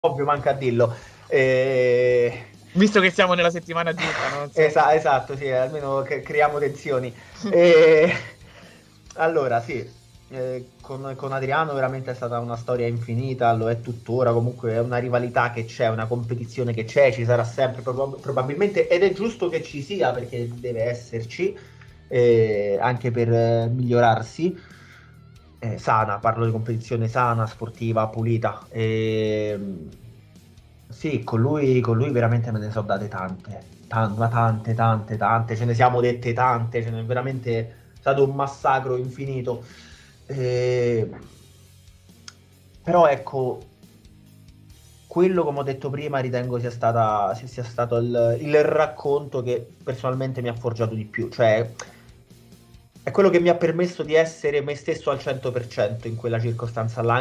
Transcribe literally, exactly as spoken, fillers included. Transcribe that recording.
ovvio, manca a dirlo. Eh... Visto che siamo nella settimana giusta, no? Esa- esatto, sì, almeno che creiamo tensioni. Eh, Allora, sì, eh, con, con Adriano veramente è stata una storia infinita, lo è tuttora, comunque è una rivalità che c'è, una competizione che c'è, ci sarà sempre prob- probabilmente, ed è giusto che ci sia perché deve esserci, eh, anche per eh, migliorarsi. Eh, sana, parlo di competizione sana, sportiva, pulita. Ehm, sì, con lui, con lui veramente me ne sono date tante, tan- ma tante, tante, tante, ce ne siamo dette tante, ce ne è veramente stato un massacro infinito. Ehm, Però ecco, quello, come ho detto prima, ritengo sia stata, sia sia stato il, il racconto che personalmente mi ha forgiato di più, cioè è quello che mi ha permesso di essere me stesso al cento per cento in quella circostanza là,